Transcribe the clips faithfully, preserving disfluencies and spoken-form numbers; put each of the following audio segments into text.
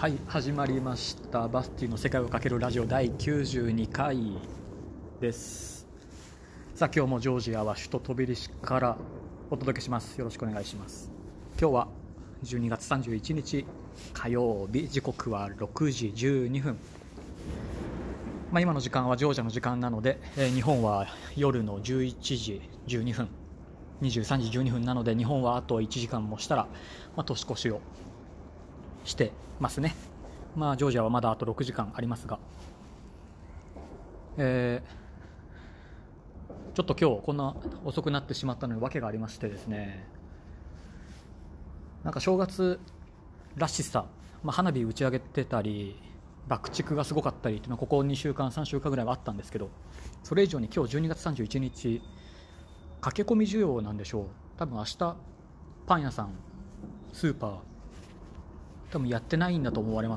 はい、始まりました。バスティの世界をかけるラジオだいきゅうじゅうにかいです。さあ、今日もジョージアは首都トビリシからお届けします。よろしくお願いします。今日はじゅうにがつさんじゅういちにち火曜日、時刻はろくじじゅうにふん。まあ、今の時間はジョージアの時間なので、えー、日本は夜のじゅういちじじゅうにふん、にじゅうさんじじゅうにふんなので、日本はあといちじかんもしたら、まあ、年越しをしてますね。まあジョージアはまだあとろくじかんありますが、えー、ちょっと今日こんな遅くなってしまったのに訳がありましてですね、なんか正月らしさ、まあ、花火打ち上げてたり爆竹がすごかったりっていうのはここにしゅうかんさんしゅうかんぐらいはあったんですけど、それ以上に今日じゅうにがつさんじゅういちにち駆け込み需要なんでしょう。多分明日パン屋さん、スーパー多分やってないんだと思われます。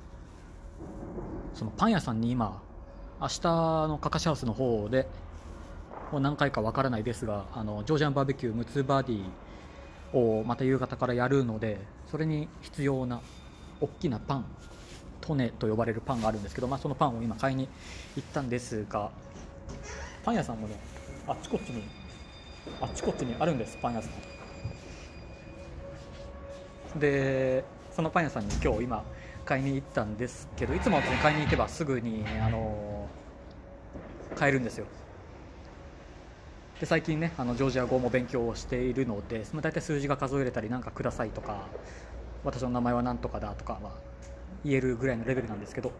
そのパン屋さんに今明日のカカシハウスの方でもう何回かわからないですが、あのジョージアンバーベキュームツバディをまた夕方からやるので、それに必要な大きなパン、トネと呼ばれるパンがあるんですけど、まあ、そのパンを今買いに行ったんですが、パン屋さんもね、あっちこっちにあっちこっちにあるんです。パン屋さんで、そのパン屋さんに今日今買いに行ったんですけど、いつもは買いに行けばすぐに、あの買えるんですよ。で最近ね、あのジョージア語も勉強をしているので、大体数字が数えれたり、なんかくださいとか、私の名前はなんとかだとか、まあ、言えるぐらいのレベルなんですけど、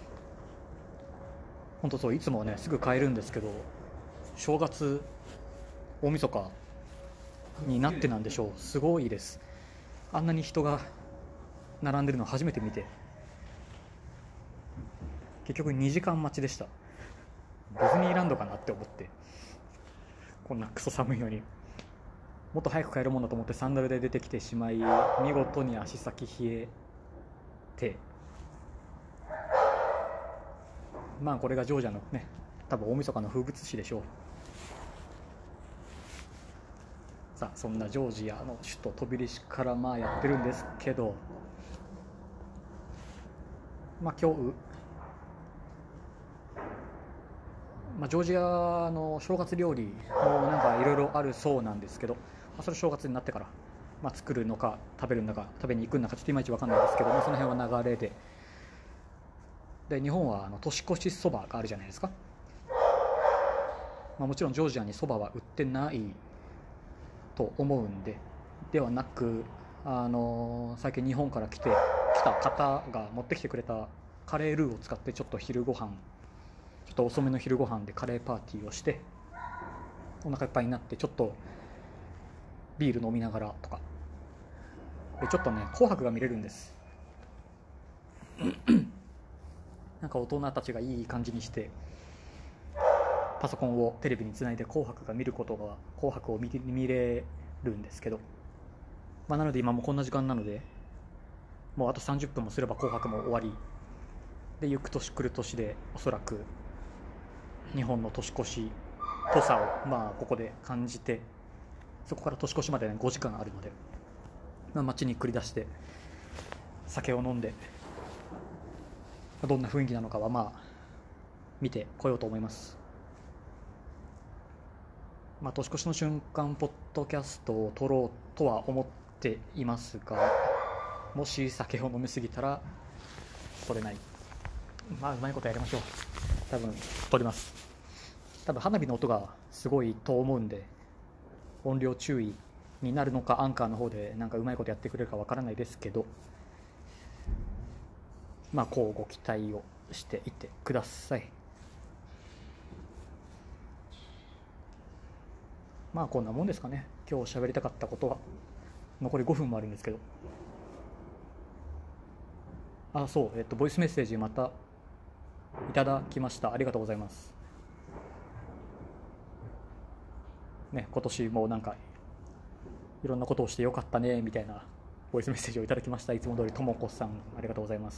本当そう、いつもはねすぐ買えるんですけど、正月大晦日になってなんでしょう、すごいです。あんなに人が並んでるの初めて見て、結局にじかん待ちでした。ディズニーランドかなって思って、こんなクソ寒いのにもっと早く帰るもんだと思ってサンダルで出てきてしまい、見事に足先冷えて、まあこれがジョージアのね、多分大晦日の風物詩でしょう。さあ、そんなジョージアの首都トビリシからまあやってるんですけど、まあ今日、まあ、ジョージアの正月料理もなんかいろいろあるそうなんですけど、まあ、それ正月になってから、まあ、作るのか食べるのか食べに行くのかちょっといまいち分かんないですけど、まあ、その辺は流れで、で日本はあの年越しそばがあるじゃないですか。まあ、もちろんジョージアにそばは売ってないと思うんで、ではなく、あのー、最近日本から来て来た方が持ってきてくれたカレールーを使ってちょっと昼ご飯ちょっと遅めの昼ご飯でカレーパーティーをしてお腹いっぱいになって、ちょっとビール飲みながらとかで、ちょっとね紅白が見れるんです。なんか大人たちがいい感じにしてパソコンをテレビにつないで紅白が見ることが紅白を 見, 見れるんですけど、まあ、なので今もこんな時間なので、もうあとさんじゅっぷんもすれば紅白も終わりで、行く年来る年でおそらく日本の年越しぽさをまあここで感じて、そこから年越しまで、ね、ごじかんあるので、まあ、街に繰り出して酒を飲んでどんな雰囲気なのかはまあ見てこようと思います。まあ、年越しの瞬間ポッドキャストを撮ろうとは思っていますが、もし酒を飲みすぎたら撮れない。まあうまいことやりましょう。多分撮ります。多分花火の音がすごいと思うんで、音量注意になるのか、アンカーの方でなんかうまいことやってくれるかわからないですけど、まあこうご期待をしていてください。まあこんなもんですかね。今日喋りたかったことは。残りごふんもあるんですけど、あ、そう、えっとボイスメッセージまたいただきました。ありがとうございます。ね、今年もなんかいろんなことをしてよかったねみたいなボイスメッセージをいただきました。いつも通りともこさん、ありがとうございます。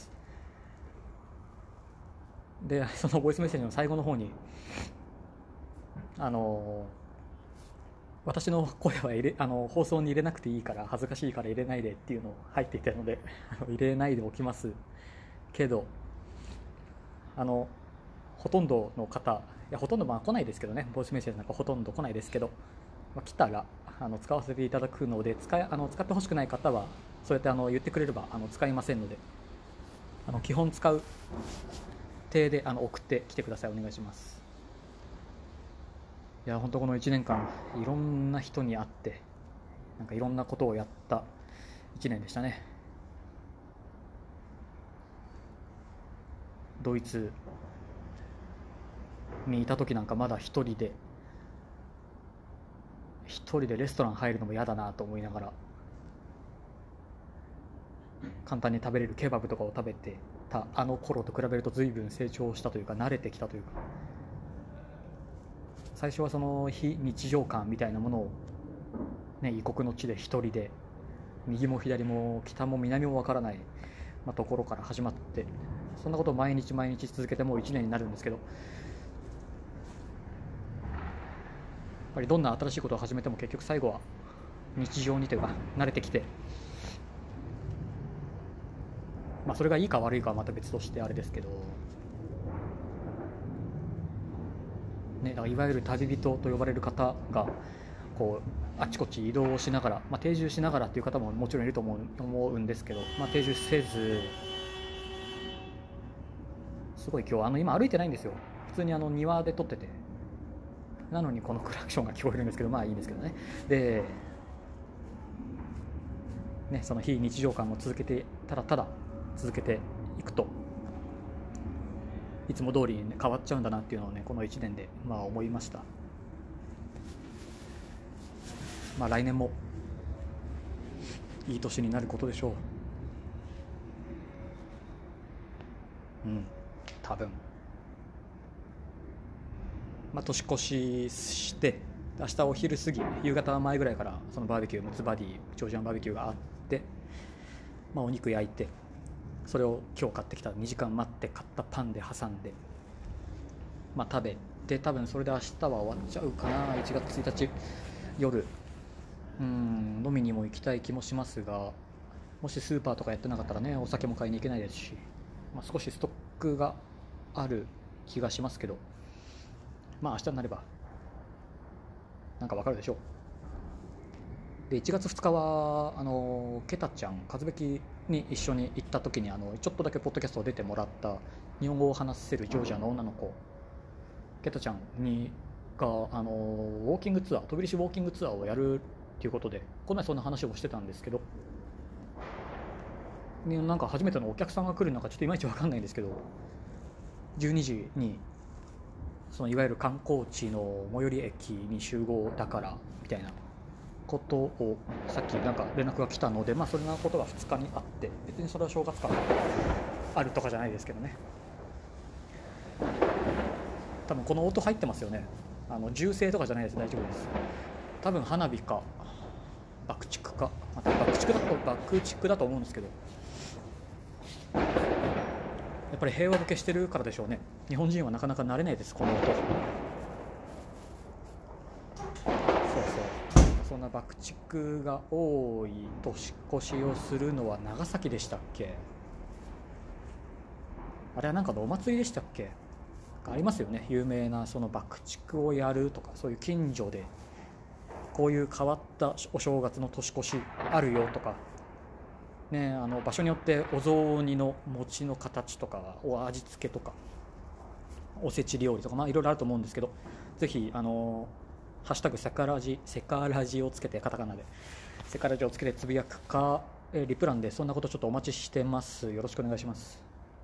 でそのボイスメッセージの最後の方に、あの私の声は入れあの放送に入れなくていいから恥ずかしいから入れないでっていうのを入っていたので入れないでおきますけど、あのほとんどの方、いやほとんどまあ来ないですけどね、ボイスメッセージなんかほとんど来ないですけど、まあ、来たらあの使わせていただくので、使いあの使ってほしくない方はそうやってあの言ってくれればあの使いませんので、あの基本使う体であの送ってきてください。お願いします。いや本当このいちねんかんいろんな人に会ってなんかいろんなことをやったいちねんでしたね。ドイツにいた時なんかまだ一人で一人でレストラン入るのも嫌だなと思いながら、簡単に食べれるケバブとかを食べてたあの頃と比べると随分成長したというか慣れてきたというか、最初はその非日常感みたいなものを、ね、異国の地で一人で右も左も北も南もわからない、まあ、ところから始まって、そんなことを毎日毎日続けてもういちねんになるんですけど、やっぱりどんな新しいことを始めても結局最後は日常にというか慣れてきて、まあ、それがいいか悪いかはまた別としてあれですけど、ね、だからいわゆる旅人と呼ばれる方がこうあちこち移動をしながら、まあ、定住しながらという方ももちろんいると思う、思うんですけど、まあ、定住せず、すごい今日あの今歩いてないんですよ。普通にあの庭で撮ってて、なのにこのクラクションが聞こえるんですけど、まあいいんですけどね。でね、その非日常感を続けてただただ続けていくといつも通りに、ね、変わっちゃうんだなっていうのをね、このいちねんでまあ思いました。まあ来年もいい年になることでしょう。うん多分まあ年越しして明日お昼過ぎ夕方前ぐらいからそのバーベキュームツバディジョージアンバーベキューがあって、まあ、お肉焼いて、それを今日買ってきたにじかん待って買ったパンで挟んで、まあ、食べて、多分それで明日は終わっちゃうかな。いちがつついたち夜うん飲みにも行きたい気もしますが、もしスーパーとかやってなかったらね、お酒も買いに行けないですし、まあ、少しストックがある気がしますけど、まあ明日になればなんかわかるでしょう。でいちがつふつかはあのケタちゃん和べきに一緒に行った時にあのちょっとだけポッドキャストを出てもらった日本語を話せるジョージアの女の子ケタちゃんにがあのウォーキングツアー飛び石ウォーキングツアーをやるということで、この前そんな話をしてたんですけど、なんか初めてのお客さんが来るのかちょっといまいち分かんないんですけど、じゅうにじにそのいわゆる観光地の最寄り駅に集合だからみたいなことをさっきなんか連絡が来たので、まあそれなことがふつかにあって、別にそれは正月感があるとかじゃないですけどね。多分この音入ってますよね。あの銃声とかじゃないです。大丈夫です。多分花火か爆竹か、また爆竹だと爆竹だと思うんですけど、やっぱり平和ボケしてるからでしょうね。日本人はなかなか慣れないです、この音。そうそう、そんな爆竹が多い年越しをするのは長崎でしたっけ。あれはなんかのお祭りでしたっけ。ありますよね、有名なその爆竹をやるとか、そういう近所でこういう変わったお正月の年越しあるよとかね、あの場所によってお雑煮の餅の形とかお味付けとかおせち料理とか、まあいろいろあると思うんですけど、ぜひあのハッシュタグセカラジセカラジをつけて、カタカナでセカラジをつけてつぶやくか、えリプランでそんなことちょっとお待ちしてます。よろしくお願いします。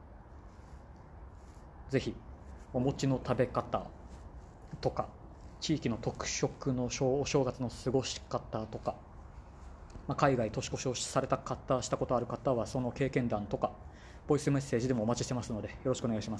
ぜひお餅の食べ方とか地域の特色のお正月の過ごし方とか、まあ、海外年越しをされた方したことある方はその経験談とかボイスメッセージでもお待ちしてますのでよろしくお願いします。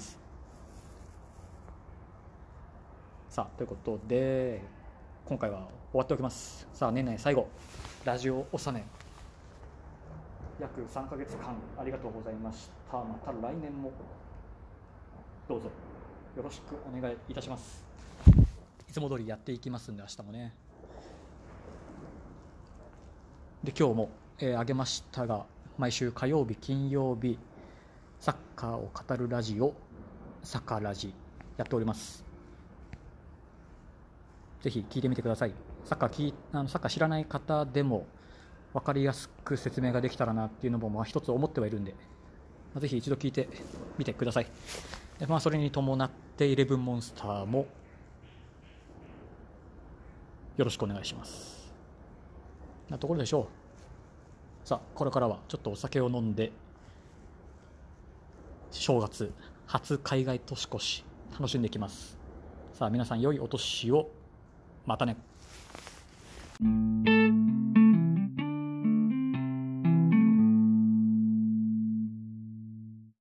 さあということで今回は終わっておきます。さあ年内最後ラジオ納め約さんかげつかんありがとうございました。また来年もどうぞよろしくお願いいたします。いつも通りやっていきますんで、明日もねで今日も、えー、上げましたが、毎週火曜日金曜日サッカーを語るラジオサッカーラジやっております。ぜひ聞いてみてください。サッカーきあのサッカー知らない方でも分かりやすく説明ができたらなっていうのもまあ一つ思ってはいるんで、まあ、ぜひ一度聞いてみてください。で、まあ、それに伴ってイレブンモンスターもよろしくお願いしますなところでしょう。さあこれからはちょっとお酒を飲んで正月初海外年越し楽しんでいきます。さあ皆さん良いお年を。またね。